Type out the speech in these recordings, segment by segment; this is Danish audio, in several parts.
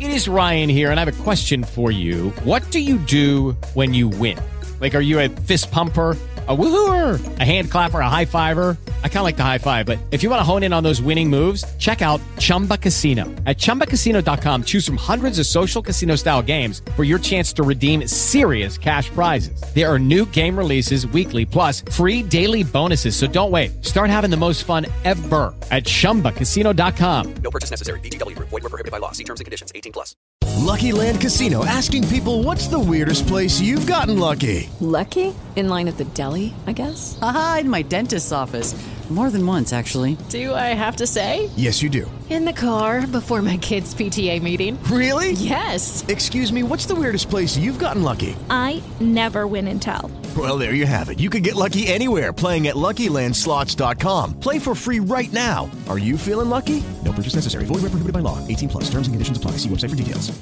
It is Ryan here, and I have a question for you. What do you do when you win? Like, are you a fist pumper, a woohooer, a hand clapper, a high fiver? I kind of like the high five, but if you want to hone in on those winning moves, check out Chumba Casino. At ChumbaCasino.com, choose from hundreds of social casino-style games for your chance to redeem serious cash prizes. There are new game releases weekly, plus free daily bonuses, so don't wait. Start having the most fun ever at ChumbaCasino.com. No purchase necessary. VGW Group. Void where prohibited by law. See terms and conditions. 18+. Lucky Land Casino, asking people, what's the weirdest place you've gotten lucky? Lucky? In line at the deli, I guess? Aha, in my dentist's office. More than once, actually. Do I have to say? Yes, you do. In the car before my kids' PTA meeting. Really? Yes. Excuse me, what's the weirdest place you've gotten lucky? I never win and tell. Well, there you have it. You can get lucky anywhere, playing at LuckyLandSlots.com. Play for free right now. Are you feeling lucky? No purchase necessary. Void where prohibited by law. 18+. Terms and conditions apply. See website for details.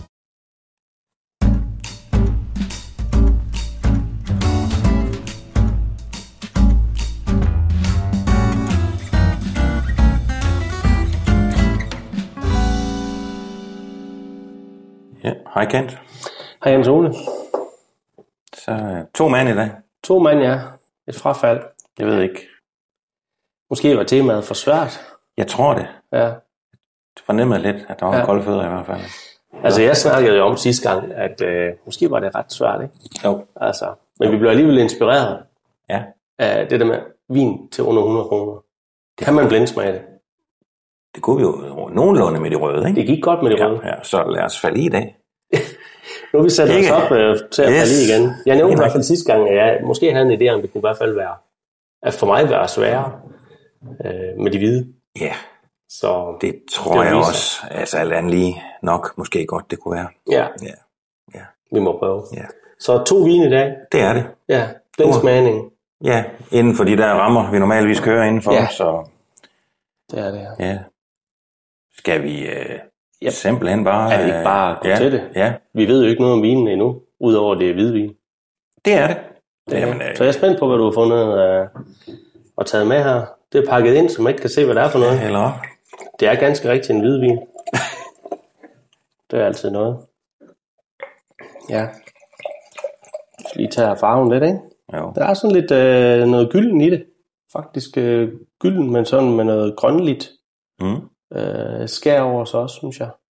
Ja, hej Kent. Hej Jens Ole. Så 2 mand i dag. 2 mand, ja. Et frafald. Jeg ved ikke. Måske var temaet for svært. Jeg tror det. Ja. Det fornemmede lidt, at der var kolde fødder i hvert fald. Altså jeg snakkede jo om sidste gang, at måske var det ret svært, ikke? Jo. Altså, men vi blev alligevel inspireret Ja. af det der med vin til under 100 kroner. Kan man blindsmage det? Det kunne vi jo nogenlunde med de røde, ikke? Det gik godt med de røde. Ja, så lad os falde i dag. Nu har vi sat os op til at falde i igen. Jeg nævnte i hvert fald sidste gang, at jeg måske havde en idé om, det kunne i hvert fald være, at for mig være sværere med de hvide. Ja, så det tror jeg også. Altså alt andet lige nok måske godt, det kunne være. Ja. Vi må prøve. Ja. Så 2 vin i dag. Det er det. Ja, blindsmagning. Ja, inden for de der rammer, vi normalvis kører indenfor. Ja. Så Det er det, ja. ja. Skal vi simpelthen bare... Er vi ikke bare gå til det? Ja. Vi ved jo ikke noget om vinen endnu, udover det er hvidvin. Det er det. Jamen, så jeg er spændt på, hvad du har fundet og taget med her. Det er pakket ind, så man ikke kan se, hvad det er for noget. Ja, eller? Det er ganske rigtigt en hvidvin. Det er altid noget. Ja. Så lige tager farven lidt, ikke? Jo. Der er sådan lidt noget gylden i det. Faktisk gylden, men sådan med noget grønligt. Skær over så også, synes jeg.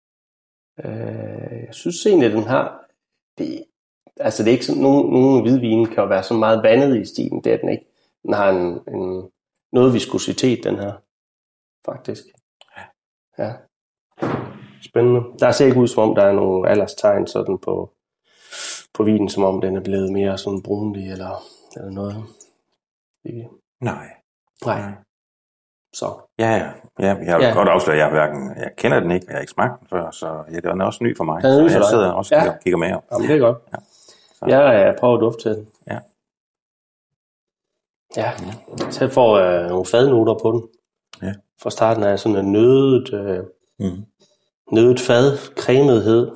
Jeg synes egentlig, at den har... Det er ikke sådan... Nogle hvidvine kan jo være så meget vandet i stilen. Det er den ikke. Den har en noget viskositet, den her. Faktisk. Ja. Spændende. Der ser ikke ud, som om der er nogle alderstegn sådan på vinen, som om den er blevet mere sådan brunlig eller noget. Nej. Så. Ja. Jeg vil godt afsløre, at jeg kender den ikke, og jeg har ikke smagt den før, så den er også ny for mig. Så jeg sidder også og kigger med. Jamen, det er godt. Ja. Jeg prøver at dufte til den. Ja. Ja, så jeg får nogle fadnoter på den. Ja. Fra starten af sådan en nødet fad, cremethed.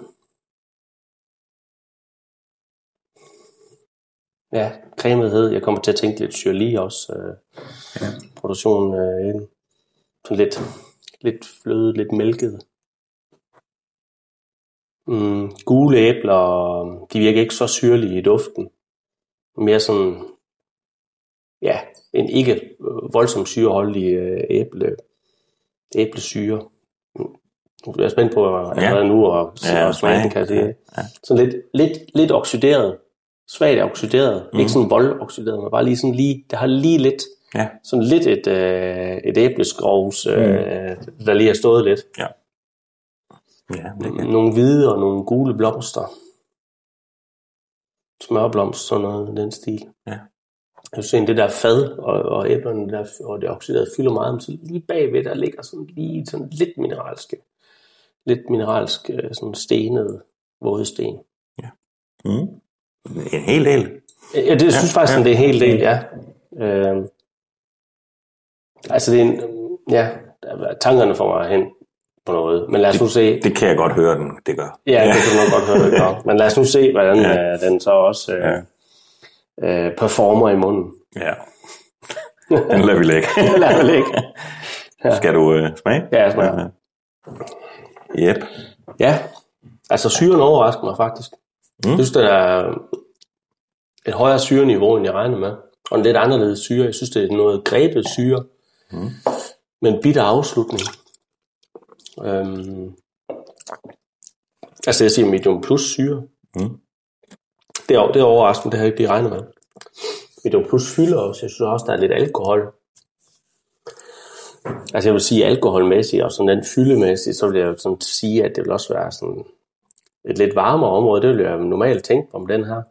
Ja, cremethed. Jeg kommer til at tænke lidt syrlig også. Produktionen sådan lidt flødet, lidt mælket. Gule æbler, de virker ikke så syrlige i duften. Mere sådan, ja, en ikke voldsomt syreholdig æblesyre. Jeg er spændt på allerede nu og smagen, kan jeg sige. Ja. Sådan lidt oxideret, svagt oxideret, ikke sådan voldoxideret, men bare lige sådan der har lige lidt, sådan lidt et æbleskrovs, der lige har stået lidt. Ja. Nogle hvide og nogle gule blomster. Smørblomst, sådan noget, den stil. Ja. Jeg synes det der fad og æblerne der, og det oxiderede fylder meget, men så lige bagved der ligger sådan lige sådan lidt mineralsk sådan stenet våde sten. Ja. En hel del. Ja, det synes faktisk det er en hel del, ja. Altså det er tankerne får mig hen på noget, men lad os nu se. Det kan jeg godt høre det gør. Ja, det kan du nok godt høre det gør. Men lad os nu se, hvordan den så også performer i munden. Ja. Den lader vi ligge. Ja. Skal du smage? Ja, jeg smager. Yep. Ja, Altså syren overrasker mig faktisk. Jeg synes, der er et højere syreniveau, end jeg regner med. Og en lidt anderledes syre. Jeg synes, det er noget grebet syre. Med en bitter afslutning. Altså jeg siger medium plus syre. Det er overraskende, det har jeg ikke lige regnet med. Medium plus fylder også. Jeg synes også, der er lidt alkohol. Altså jeg vil sige alkoholmæssigt og sådan den fyldemæssigt, så vil jeg jo sådan sige, at det vil også være sådan et lidt varmere område. Det vil jeg normalt tænke på om den her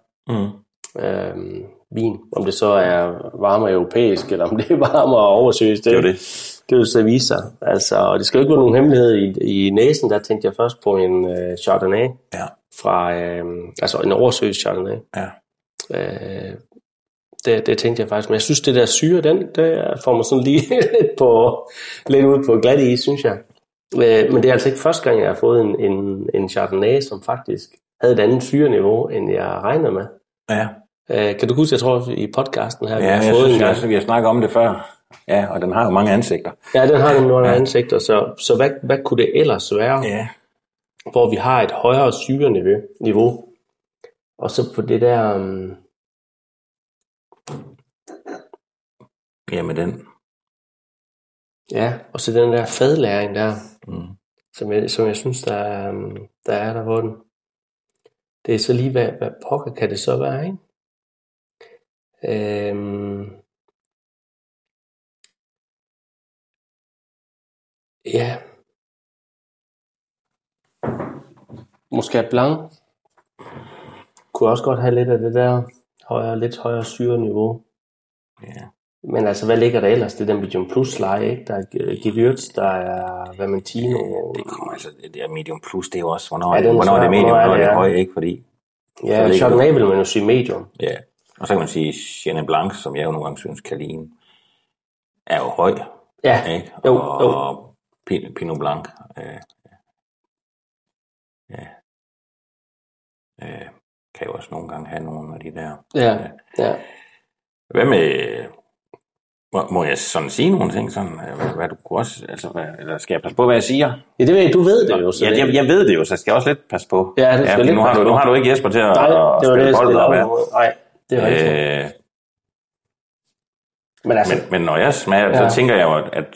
vin. Om det så er varmere europæisk, eller om det er varmere oversøisk. Det vil så vise sig. Altså, det skal jo ikke være nogen hemmelighed i næsen. Der tænkte jeg først på en Chardonnay. Ja. Fra, altså en oversøisk Chardonnay. Ja. Det tænkte jeg faktisk. Men jeg synes, det der syre, det får mig sådan lige lidt ud på glat is, synes jeg. Men det er altså ikke første gang, jeg har fået en Chardonnay, som faktisk havde et andet syreniveau, end jeg regnede med. Ja. Kan du huske, jeg tror i podcasten her, vi har snakket om det før. Ja, og den har jo mange ansigter. Ja, den har nogle ansigter, så hvad kunne det ellers være? Ja. Hvor vi har et højere syreniveau. Og så på det der... Ja, med den. Ja, og så den der fadlæring der, som jeg synes, der er der på den. Det er så lige, hvad pokker kan det så være, ikke? Ja. Måske blanc. Kunne også godt have lidt af det der lidt højere syreniveau. Ja. Men altså, hvad ligger der ellers? Det er den medium plus leje, ikke? Der er Gewürz, der er Vermentino. Det kommer altså, det er medium plus, det er jo også, hvornår er det medium, hvornår er det høje, ikke? Fordi... Ja, Chardonnay vil man jo sige medium. Ja, og så kan man sige Chenin Blanc, som jeg jo nogle gange synes kan ligne, er jo høj. Ja, ikke? Og Pinot Blanc, kan jo også nogle gange have nogle af de der. Ja. Hvad med... Må jeg sådan sige nogle ting, sådan, hvad du kunne også, altså, eller skal jeg passe på, hvad jeg siger? Ja, det ved jeg, du ved det jo. Så jeg ved det jo, så skal jeg også lidt passe på. Ja, det skal lidt nu har du ikke Jesper til at spille bold op af. Nej, det er rigtigt. Men når jeg smager, så tænker jeg jo, at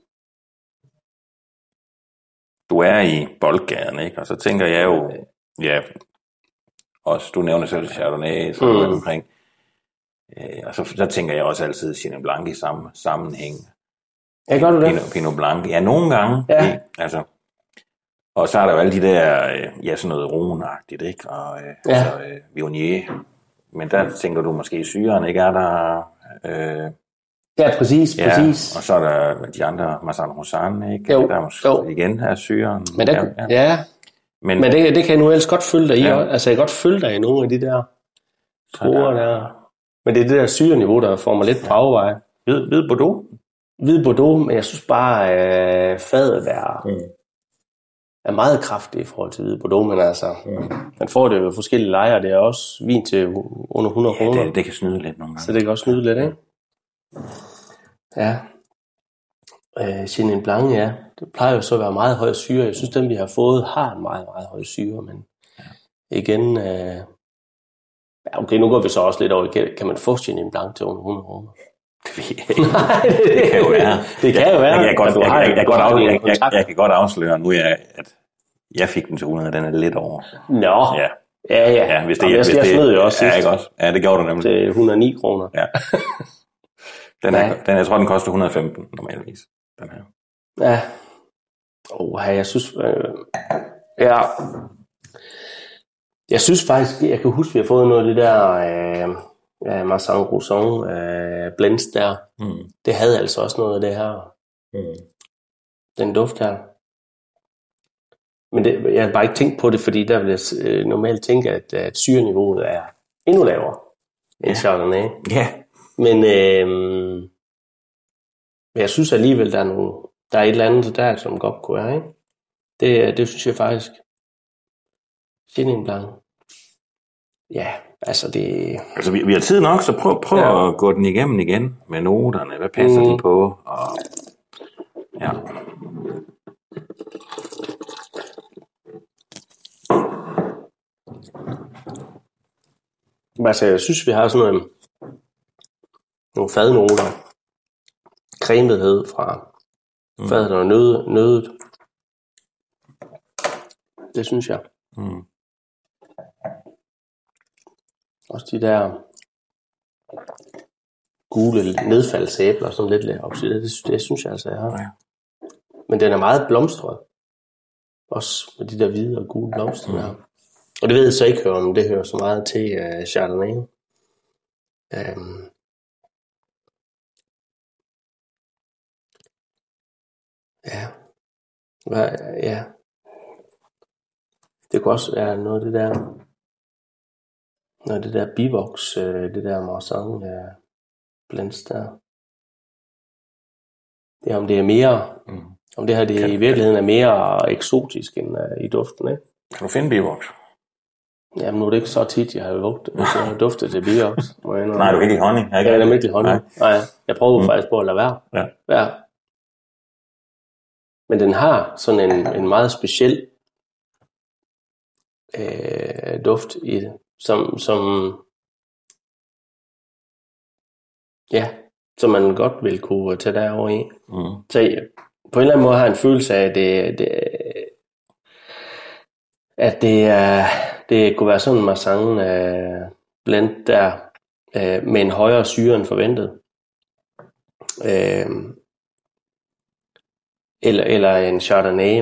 du er i boldgaden, ikke? Og så tænker jeg jo, også, du nævner selv Chardonnay, så er omkring. Og så tænker jeg også altid Chenin Blanc i samme sammenhæng. Ja, gør du det? Pinot Blanc. Ja, nogle gange. Ja. Altså, og så er der jo alle de der, sådan noget roenagtigt, ikke? Og Viognier. Men der tænker du måske syren, ikke? Er der... ja, præcis. Og så er der de andre, Marsanne Rosanne, ikke? Jo. Der er måske igen her syren. Men Men det kan jeg nu ellers godt følge dig i. Ja. Altså, jeg kan godt følge dig i nogle af de der tror der. Men det er det der syreniveau, der får mig lidt på afveje. Hvid Bordeaux? Hvid Bordeaux, men jeg synes bare, fadet er meget kraftig i forhold til hvid Bordeaux, men altså, man får det jo forskellige lejre. Det er også vin til under 100 kroner. Ja, det kan snyde lidt nogle gange. Så det kan også snyde lidt, ikke? Ja. Chenin Blanc, ja. Det plejer jo så at være meget høj syre. Jeg synes, dem vi har fået, har en meget, meget høj syre, men igen... okay, nu går vi så også lidt over. Kan man få Chenin Blanc til under 100 kroner? Det ved jeg ikke. Det kan jo være. Det kan jo være. Jeg kan godt afsløre nu, at jeg fik den til 100, den er lidt over. Nå. Ja. Hvis det, jeg snød jo også sidst. Ja, ikke også? Ja, det gjorde du nemlig. Til 109 kroner. Ja. Jeg tror, den koster 115 normalvis. Den her. Ja. Jeg synes... Jeg synes faktisk, jeg kan huske, vi har fået noget af det der Marsanne Rousson blends der. Det havde altså også noget af det her. Den duft her. Men jeg har bare ikke tænkt på det, fordi der vil jeg normalt tænke, at syreniveauet er endnu lavere end Chardonnay. Ja. Men jeg synes alligevel, der er et eller andet der, som godt kunne være, ikke? Det synes jeg faktisk. Chenin Blanc. Ja, altså det... Altså vi har tid nok, så prøv at gå den igennem igen med noterne. Hvad passer de på? Og... Ja. Altså, jeg synes, vi har sådan nogle fadnoter. Cremethed fra fadet og nødet. Det synes jeg. Mm. Også de der gule nedfaldsæbler, sådan lidt oxideret, det synes jeg altså, jeg har. Ja. Men den er meget blomstret. Også med de der hvide og gule blomster der. Og det ved jeg så ikke, om det hører så meget til Chardonnay. Ja. Det kunne også være noget af det der bivoks, det der marsanne blends der. Det er om det er mere, om det her det i virkeligheden er mere eksotisk end i duften, ikke? Kan du finde bivoks? Jamen nu er det ikke så tit, jeg har duftet til bivoks. Nej, du kan ikke lide honning. Jeg kan ikke lide honning. Nej, jeg prøver faktisk på at lade være. Ja. Men den har sådan en meget speciel duft i det, som man godt vil kunne tage derover i. Så på en eller anden måde har jeg en følelse af, at det kunne være sådan en marsanne blend der med en højere syre end forventet. Eller en Chardonnay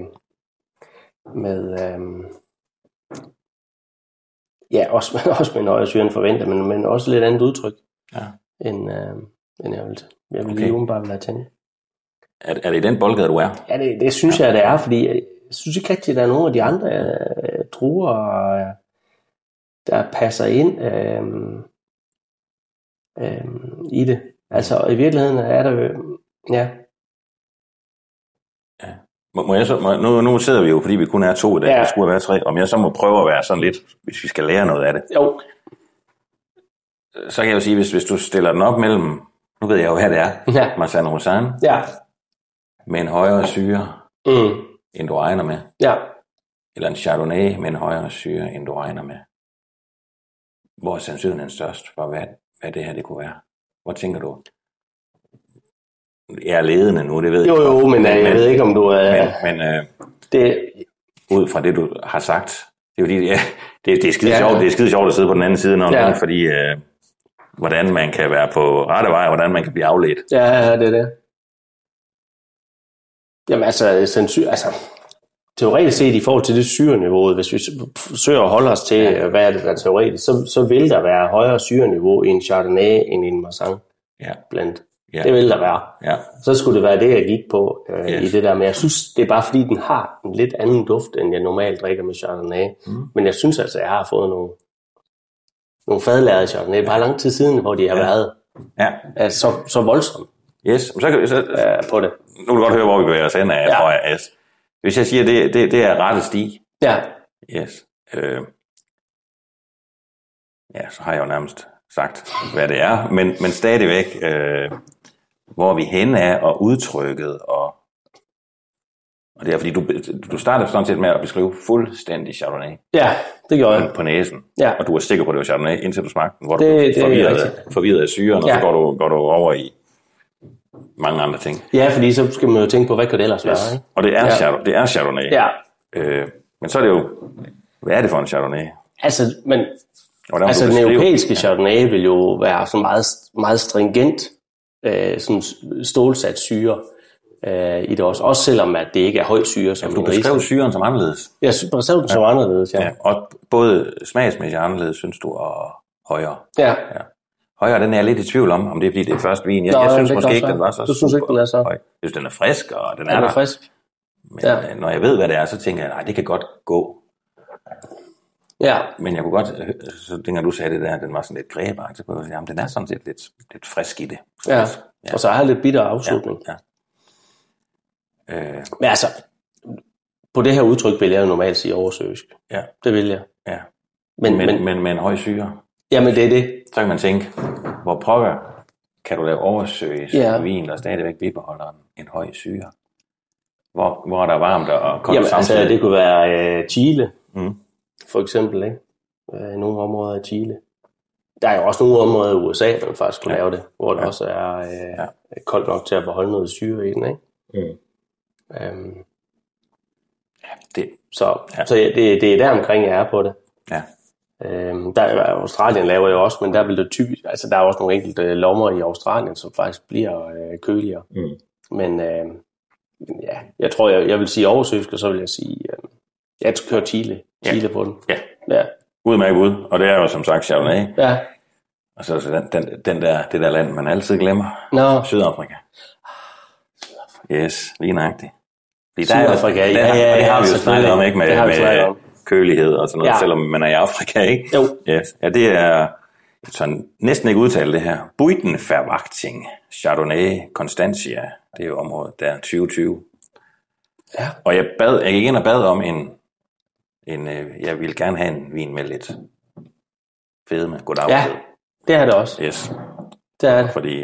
også med en højere syre end forventet, men også lidt andet udtryk, end jeg vil lige umiddelbart lade tænke. Er det i den boldgade, du er? Ja, det synes jeg, det er, fordi jeg synes ikke rigtigt, at der er nogen af de andre druer, der passer ind i det. Altså, i virkeligheden er der Må jeg så, nu sidder vi jo, fordi vi kun er 2 i dag, det skulle være 3, om jeg så må prøve at være sådan lidt, hvis vi skal lære noget af det. Jo. Så kan jeg jo sige, hvis du stiller den op mellem, nu ved jeg jo, hvad det er, Marsanne Rosanne, med en højere syre, end du regner med, eller en Chardonnay med en højere syre, end du regner med. Hvor er sandsynligheden størst for, hvad det her det kunne være? Hvor tænker du? Jeg er ledende nu, det ved jeg. Jo, men jeg ved ikke, om du er... det... Ud fra det, du har sagt, det er fordi, det er skide sjovt, det er skide sjovt at sidde på den anden side, fordi hvordan man kan være på rette vej, og hvordan man kan blive afledt. Ja, det er det. Jamen altså, teoretisk set i forhold til det syreniveau, hvis vi forsøger at holde os til, hvad er det der er teoretisk, så vil der være højere syreniveau i en Chardonnay end i en Marsanne blend. Ja. Det vil der være. Ja. Så skulle det være det, jeg gik på i det der. Men jeg synes, det er bare fordi, den har en lidt anden duft, end jeg normalt drikker med Chardonnay. Men jeg synes altså, jeg har fået nogle fadlærede Chardonnay bare lang tid siden, hvor de har været så voldsomme. Yes, så på det. Nu kan du godt høre, hvor vi bevæger os hen af, tror jeg. Yes. Hvis jeg siger, det er rette sti. Ja. Yes. Så har jeg jo nærmest sagt, hvad det er, men stadigvæk, hvor vi hen er, og udtrykket, og det er, fordi du starter sådan set med at beskrive fuldstændig Chardonnay. Ja, det gjorde jeg. På næsen. Ja. Og du er sikker på, at det var Chardonnay, indtil du smagte den, hvor du forvirret af syren, og så går du over i mange andre ting. Ja, fordi så skal man jo tænke på, hvad kan det ellers være, ikke? Og det er Chardonnay. Ja. Men så er det jo, hvad er det for en Chardonnay? Altså, den europæiske Chardonnay vil jo være sådan meget, meget stringent, sådan stålsat syre i det også. Også selvom at det ikke er høj syre. Som du beskrev syren som anderledes. Jeg beskrev den som anderledes, ja. Og både smagsmæssigt anderledes, synes du, og højere. Ja. Højere, den er jeg lidt i tvivl om det er fordi det er første vin. Jeg synes måske ikke, den var så du synes ikke, den er så høj. Jeg synes, den er frisk, og den er der. Der. Frisk. Men når jeg ved, hvad det er, så tænker jeg, nej, det kan godt gå. Ja. Men jeg kunne godt, så dengang du sagde det der, den var sådan lidt græbart, så kunne jeg sige, jamen den er sådan set lidt frisk i det. Ja, og så har jeg lidt bitter afslutning. Ja. Men altså, på det her udtryk vil jeg jo normalt sige oversøisk. Ja. Det vil jeg. Ja. Men med en høj syre. Jamen det er det. Så kan man tænke, hvor pokker kan du lave oversøisk vin, der stadigvæk bibeholder en høj syre? Hvor er der varmt og koldt samtidig? Altså det kunne være Chile, for eksempel, ikke? I nogle områder af Chile. Der er jo også nogle områder i USA, der faktisk kunne lave det, hvor det også er koldt nok til at beholde noget syre i den, ikke? Så det er der omkring, jeg er på det. Ja. Australien laver jo også, men der vil det typisk, altså der er også nogle enkelte lommer i Australien, som faktisk bliver køligere. Men ja, jeg tror, jeg vil sige oversøsk, og så vil jeg sige, jeg kører Chile på den. Ja. Udmærket bud, og det er jo som sagt Chardonnay. Ja. Og så det der land, man altid glemmer. Sydafrika. Yes, lige nøjagtigt. Sydafrika, det har vi jo snakket om, ikke? Med kølighed og sådan noget, selvom man er i Afrika, ikke? Jo. Yes. Ja, det er sådan, næsten ikke udtalt det her. Buitenverwachting, Chardonnay, Constantia, det er jo området der, 2020. Ja. Og jeg gik ind og bad om jeg ville gerne have en vin med lidt fedme. Goddag. Ja, det er det også. Yes. Det er det. Fordi,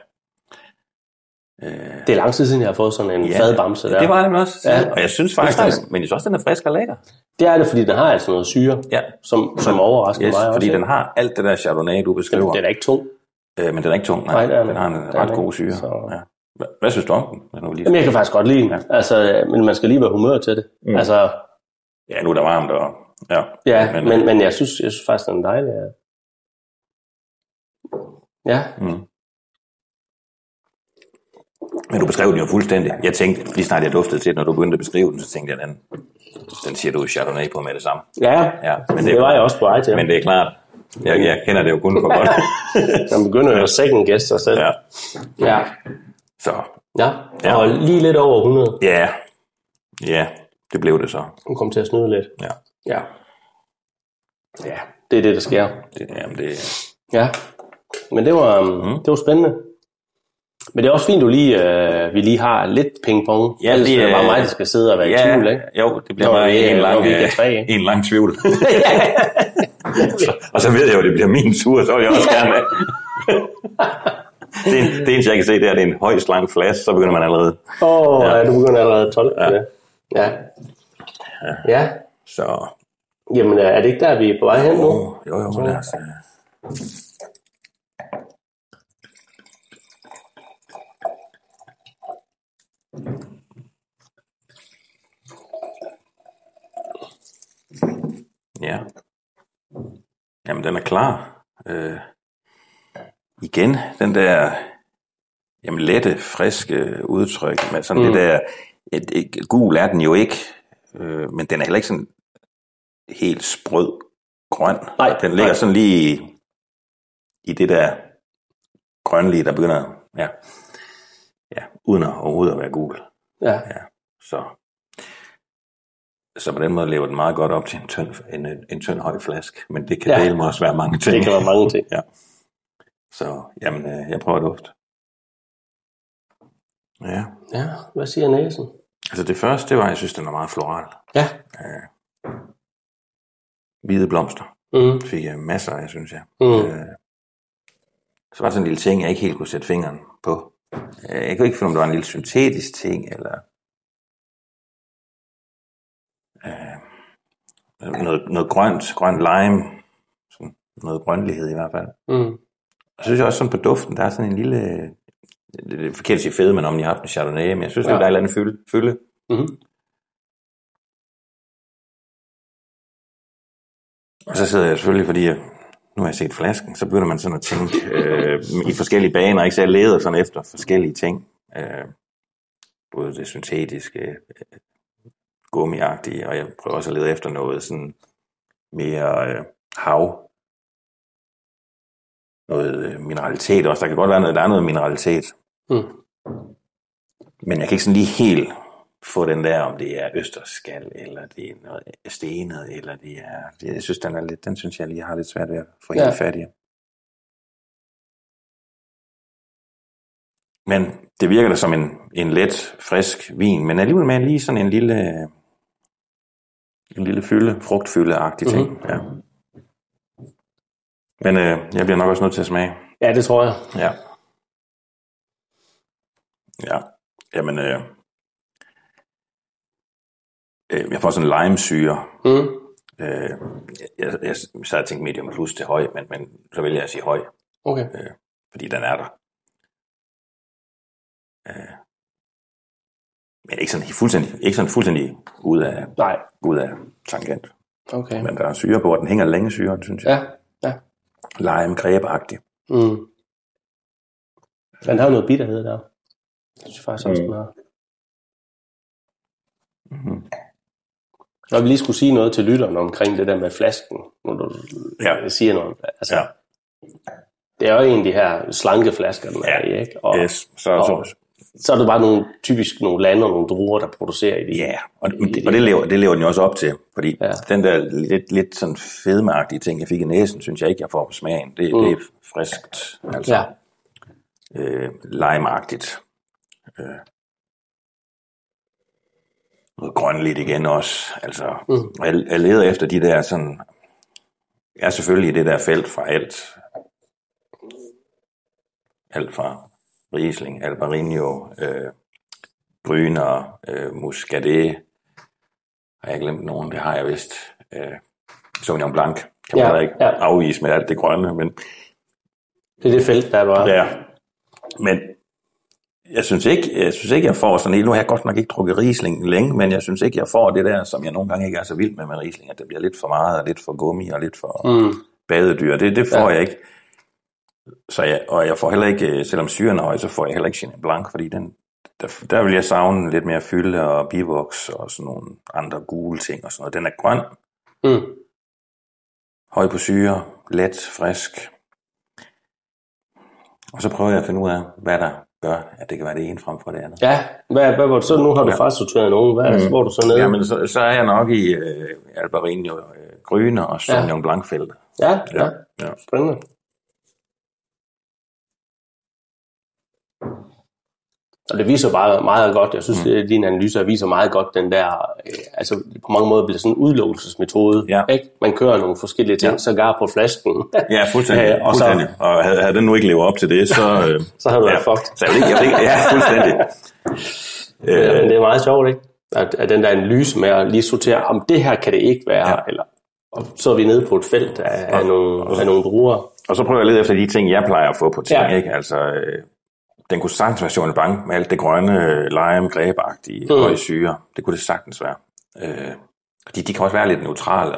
det er lang tid siden, jeg har fået sådan en fadbamse der. Det var det også. Ja. Og jeg synes faktisk, men jeg synes også, den er frisk og lækker. Det er det, fordi den har altså noget syre, som overrasker mig også. Fordi den har alt det der Chardonnay, du beskriver. Den er ikke tung. Men den er ikke tung, nej. Den har en ret god syre. Ja. Hvad synes du om den? Jamen, jeg kan faktisk godt lide den. Ja. Altså, men man skal lige være humør til det. Altså, ja, nu er der varmt. Og, men jeg synes faktisk, den er dejlig. Ja. Men du beskrev den jo fuldstændig. Jeg tænkte, lige snart jeg duftede til den, når du begyndte at beskrive den, så tænkte jeg, den siger du Chardonnay på med det samme. Ja, men det var jeg også på vej til. Men det er klart. Jeg kender det jo kun for godt. Man begynder jo at second guess sig selv. Ja. Så. Ja, og lige lidt over 100. Ja, det blev det så. Hun kom til at snyde lidt. Ja, det er det, der sker. Ja, men det var spændende. Men det er også fint, vi lige har lidt pingpong. Ja, det er bare mig, der skal sidde og være i tvivl, ikke? Jo, det bliver bare en lang tvivl. Og så ved jeg jo, det bliver min tur, så vil jeg også gerne have. Det eneste, jeg kan se, det er, at det er en høj, slank flaske, så begynder man allerede. Du begynder allerede 12. Ja. Så. Jamen, er det ikke der, vi er på vej hen nu? Jo, lad os. Ja. Jamen, den er klar. Igen, den der lette, friske udtryk med sådan det der, gul er den jo ikke, men den er heller ikke sådan helt sprød grøn. Nej, den ligger sådan lige i det der grønlige, der begynder, uden at overhovedet at være gul. Ja. Så på den måde lever den meget godt op til en tynd høj flaske, men det kan dele også være mange ting. Det kan være mange ting. Ja. Så, jeg prøver at dufte. Ja. Ja, hvad siger næsen? Altså det første, det var, jeg synes, den var meget floral. Ja. Hvide blomster. Fik jeg masser af, synes jeg. Så var der sådan en lille ting, jeg ikke helt kunne sætte fingeren på. Jeg kunne ikke finde, om det var en lille syntetisk ting, eller noget grønt lime, sådan noget grønlighed i hvert fald. Og så synes jeg også sådan på duften, der er sådan en lille, det er forkert at sige fede, men om jeg har haft en Chardonnay, men jeg synes, der er et eller andet fylde. Og så sidder jeg selvfølgelig, fordi nu har jeg set flasken, så begynder man sådan at tænke i forskellige baner, ikke? Så jeg leder sådan efter forskellige ting. Både det syntetiske, gummiagtige, og jeg prøver også at lede efter noget sådan mere hav. Noget mineralitet også. Der kan godt være noget, der er noget mineralitet. Men jeg kan ikke sådan lige helt få den der, om det er østerskal, eller det er noget stenet, eller det er. Jeg synes, den synes jeg lige har lidt svært ved at få helt fat i. Men det virker da som en let, frisk vin, men alligevel med lige sådan en lille frugtfylde-agtig ting. Ja. Men jeg bliver nok også nødt til at smage. Ja, det tror jeg. Ja. Jamen, jeg får sådan en limesyre. Jeg så har tænkt medium plus til høj, men så vil jeg sige høj. Okay. Fordi den er der. Men ikke sådan fuldstændig ud af tangent. Okay. Men der er syre på, og den hænger længe syren, synes jeg. Ja. Lime græbeagtig. Den har noget bitterhed der. Jeg synes faktisk også, den har. Jeg vil lige skulle sige noget til lytterne omkring det der med flasken, når du siger noget. Altså, det er jo en af de her slanke flasker, den er i, ikke? Og, så er det bare typisk nogle lande og nogle druer, der producerer i det. Ja, og det lever den jo også op til, fordi den der lidt sådan fedmeagtige ting, jeg fik i næsen, synes jeg ikke, jeg får på smagen. Det er friskt, altså limeagtigt. Noget grønligt igen også. Altså, jeg leder efter de der sådan, jeg er selvfølgelig i det der felt fra alt fra Riesling, Albarino, Grüner, Muscadet. Har jeg glemt nogen? Det har jeg vist. Sauvignon Blanc kan man ikke afvise med alt det grønne, men det er det felt, der var. Ja, men jeg synes ikke, jeg får sådan en. Nu har jeg godt nok ikke drukket Riesling længe, men jeg synes ikke, jeg får det der, som jeg nogle gange ikke er så vild med Riesling, at det bliver lidt for meget, og lidt for gummi, og lidt for badedyr. Det får jeg ikke. Og jeg får heller ikke, selvom syren er høj, så får jeg heller ikke Chenin Blanc, fordi der vil jeg savne lidt mere fylde og bivoks og sådan nogle andre gule ting og sådan noget. Den er grøn, høj på syre, let, frisk. Og så prøver jeg at finde ud af, hvad der gør, at det kan være det ene frem for det andet. Ja, hvad var det så? Nu har du faktisk sorteret nogen. Hvor er du så nede? Jamen, så er jeg nok i Albarino, Grüner og Sauvignon Blanc-feltet. Ja. Spændende. Og det viser bare meget godt, jeg synes, at dine analyser viser meget godt den der, altså på mange måder bliver sådan en udelukkelsesmetode. Ja. Ikke? Man kører nogle forskellige ting, sågar på flasken. Ja, fuldstændig. Og havde den nu ikke levet op til det, så havde du været fucked. Så jeg ved ikke, fuldstændig. Men det er meget sjovt, ikke? At den der analyse med at lige sortere, om det her kan det ikke være, eller og så er vi nede på et felt af nogle druer. Og så prøver jeg at lede efter de ting, jeg plejer at få på ting, ikke? Altså, den kunne sagtens være Chenin Blanc med alt det grønne, lime, græbeagtige, høje syre. Det kunne det sagtens være. De kan også være lidt neutrale,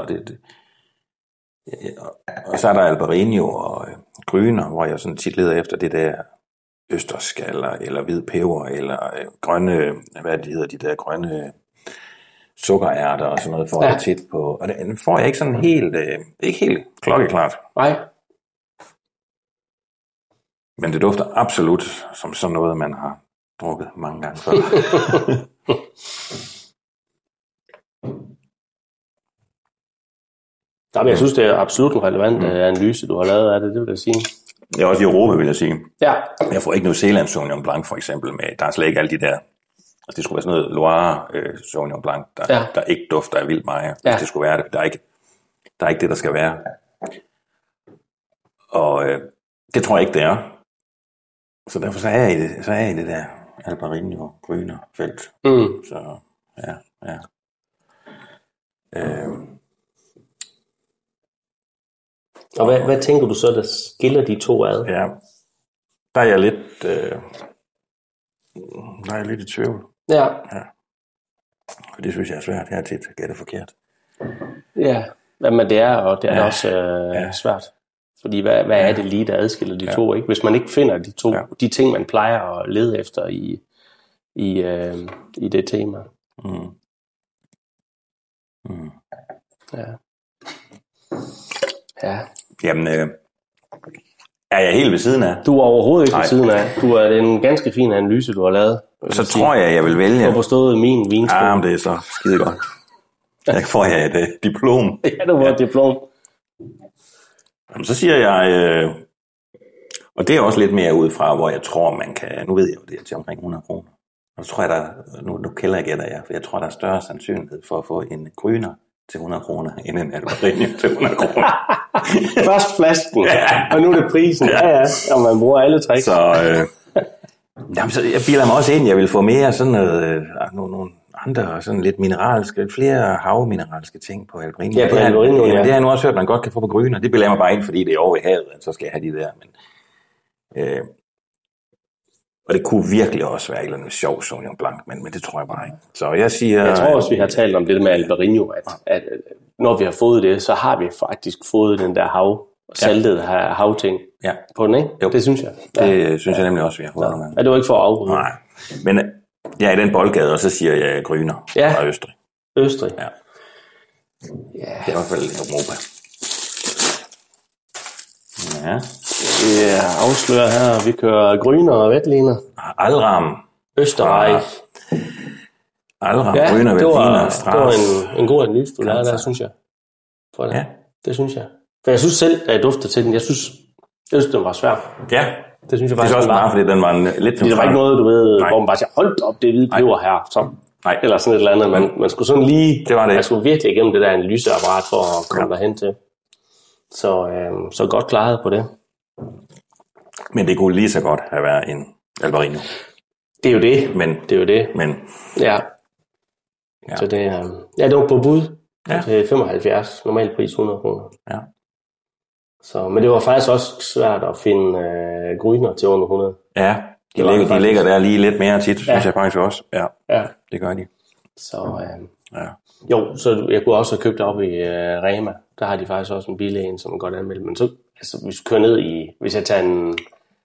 og så er der Albarino og Grüner, hvor jeg sådan tit leder efter det der østerskaller, eller hvid peber, eller grønne, hvad de hedder, de der grønne sukkerærter og sådan noget, får jeg tit på. Og det får jeg ikke sådan helt, ikke helt klokkeklart. Nej. Men det dufter absolut som sådan noget, man har drukket mange gange før. Jeg synes, det er absolut en relevant analyse, du har lavet af det vil jeg sige. Det er også i Europa, vil jeg sige. Ja. Jeg får ikke New Zealand Sauvignon Blanc, for eksempel, med. Der er slet ikke alle de der. Altså, det skulle være sådan noget Loire Sauvignon Blanc, der ikke dufter af vildt meget. Hvis det skulle være det. Der er ikke det, der skal være. Og det tror jeg ikke, det er. Så derfor så er jeg i det der Albarino Grüner felt. Så ja. Og hvad tænker du så, der skiller de to ad? Ja, der er jeg lidt i tvivl. Ja. Og det synes jeg er svært. Jeg har tit gættet forkert. Ja, men det er også svært. Fordi hvad er det lige, der adskiller de to? Ikke? Hvis man ikke finder de ting, man plejer at lede efter i det tema. Ja. Jamen, er jeg helt ved siden af? Du er overhovedet ikke ved siden af. Du er en ganske fin analyse, du har lavet. Så tror jeg vil vælge. Du har forstået min vinskål. Ja, men det er så skide godt. Jeg får et diplom. Ja, du får et diplom. Jamen, så siger jeg, og det er også lidt mere ud fra, hvor jeg tror, man kan, nu ved jeg jo, det er til omkring 100 kroner. Og så tror jeg, nu kælder jeg gætter jeg, for jeg tror, der er større sandsynlighed for at få en Grüner til 100 kroner, end en Albarino til 100 kroner. Først flasken, og nu er det prisen. Ja, og man bruger alle tricks. Så jeg bilder mig også ind, jeg vil få mere sådan noget, andre sådan lidt mineralske, flere havmineralske ting på Albarino. Ja, på Albarino, ja. Det har jeg nu også hørt, man godt kan få på Gryner. Det bilder mig bare ind, fordi det er over i havet, så skal jeg have de der. Men, og det kunne virkelig også være et eller andet sjov Sauvignon Blanc, men det tror jeg bare ikke. Så jeg siger... Jeg tror også, vi har talt om det med Albarino, at når vi har fået det, så har vi faktisk fået den der saltede havting på den, ikke? Jo. Det synes jeg. Det synes jeg nemlig også, vi har fået. Ja, det var ikke for at afbryde. Nej, men jeg er i den boldgade, og så siger jeg Gryner fra Østrig. Østrig? Ja. Det er i hvert fald Europa. Ja. Vi afslører her, vi kører Gryner og Veltliner. Alram. Østerreich. Alram, Gryner, Veltliner, Stras. Det var en god analyse, du lavede der, synes jeg. For det. Ja. Det synes jeg. For jeg synes selv, da jeg duftede til den, jeg synes den var svær. Ja. Det synes jeg faktisk, det er også bare, fordi den var lidt... Det var ikke noget, du ved, hvor man bare siger, hold op, det hvide peber her. Så. Nej. Eller sådan et eller andet. Man skulle sådan lige... Det var det. Man skulle virkelig igennem det der analyseapparat for at komme derhen til. Så godt klaret på det. Men det kunne lige så godt have været en Albarino. Det er jo det. Men. Det er jo det. Men. Ja. Så det det var på bud. Til 75. Normal pris 100 kroner. Ja. Så, men det var faktisk også svært at finde Gryner til under 100. Ja, de ligger der lige lidt mere tit, synes jeg faktisk også. Ja, det gør de. Så, Jo, så jeg kunne også have købt op i Rema. Der har de faktisk også en billig en, som man godt anmelde. Men så, altså, hvis vi kører ned i, hvis jeg tager en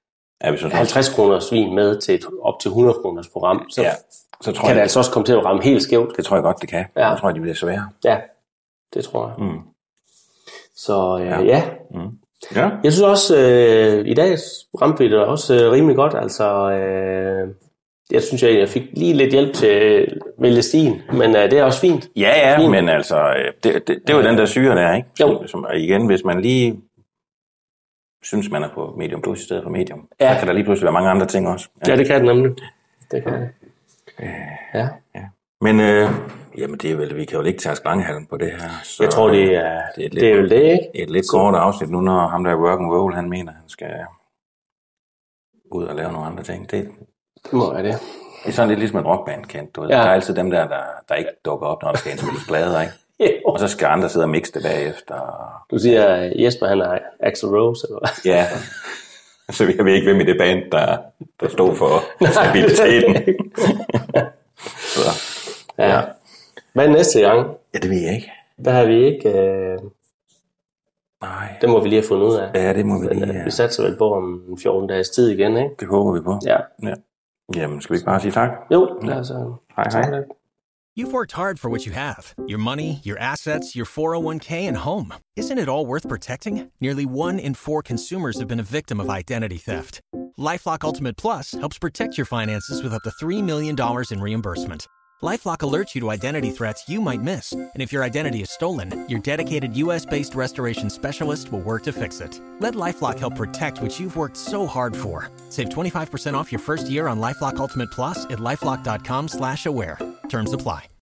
50 kroner svin med til op til 100 kroners program, så tror kan det altså også komme til at ramme helt skævt. Det tror jeg godt, det kan. Jeg tror, de bliver svære. Ja, det tror jeg. Så Ja. Jeg synes også, i dag ramte vi det også rimelig godt. Altså, jeg synes, jeg fik lige lidt hjælp til at vælge stilen, men det er også fint. Ja, fint. Men altså, det er jo den der syre der, ikke? Jo. Som, igen, hvis man lige synes, man er på medium plus i stedet for medium, så kan der lige pludselig være mange andre ting også. Ja, det kan det nemlig. Det kan det. Ja. Men jamen det er vel, vi kan jo ikke tage sklangehalm på det her. Så jeg tror, det er vel det, ikke? Et lidt kort afsnit nu, når ham der rock'n'roll, han mener, han skal ud og lave nogle andre ting. Det må være det. Det er sådan lidt ligesom et rockband, kendt. Der er altid dem der ikke dukker op, når der skal indspilles plader, ikke? Og så skal andre sidde og mixe det bagefter. Du siger, Jesper, han er Axl Rose, eller hvad? Ja. Så vi ved ikke, hvem i det band, der stod for stabiliteten. Så. Ja. Hvad er næste gang? Ja, det ved jeg ikke. Der har vi ikke... Nej. Det må vi lige have fundet ud af. Ja, det må vi lige. Ja. Vi satser vel på om 14 dages tid igen, ikke? Det håber vi på. Ja. Jamen, skal vi ikke bare sige tak? Jo, altså. Hej. You've worked hard for what you have. Your money, your assets, your 401k, and home. Isn't it all worth protecting? Nearly 1 in 4 consumers have been a victim of identity theft. LifeLock Ultimate Plus helps protect your finances with up to $3 million in reimbursement. LifeLock alerts you to identity threats you might miss. And if your identity is stolen, your dedicated U.S.-based restoration specialist will work to fix it. Let LifeLock help protect what you've worked so hard for. Save 25% off your first year on LifeLock Ultimate Plus at LifeLock.com/aware. Terms apply.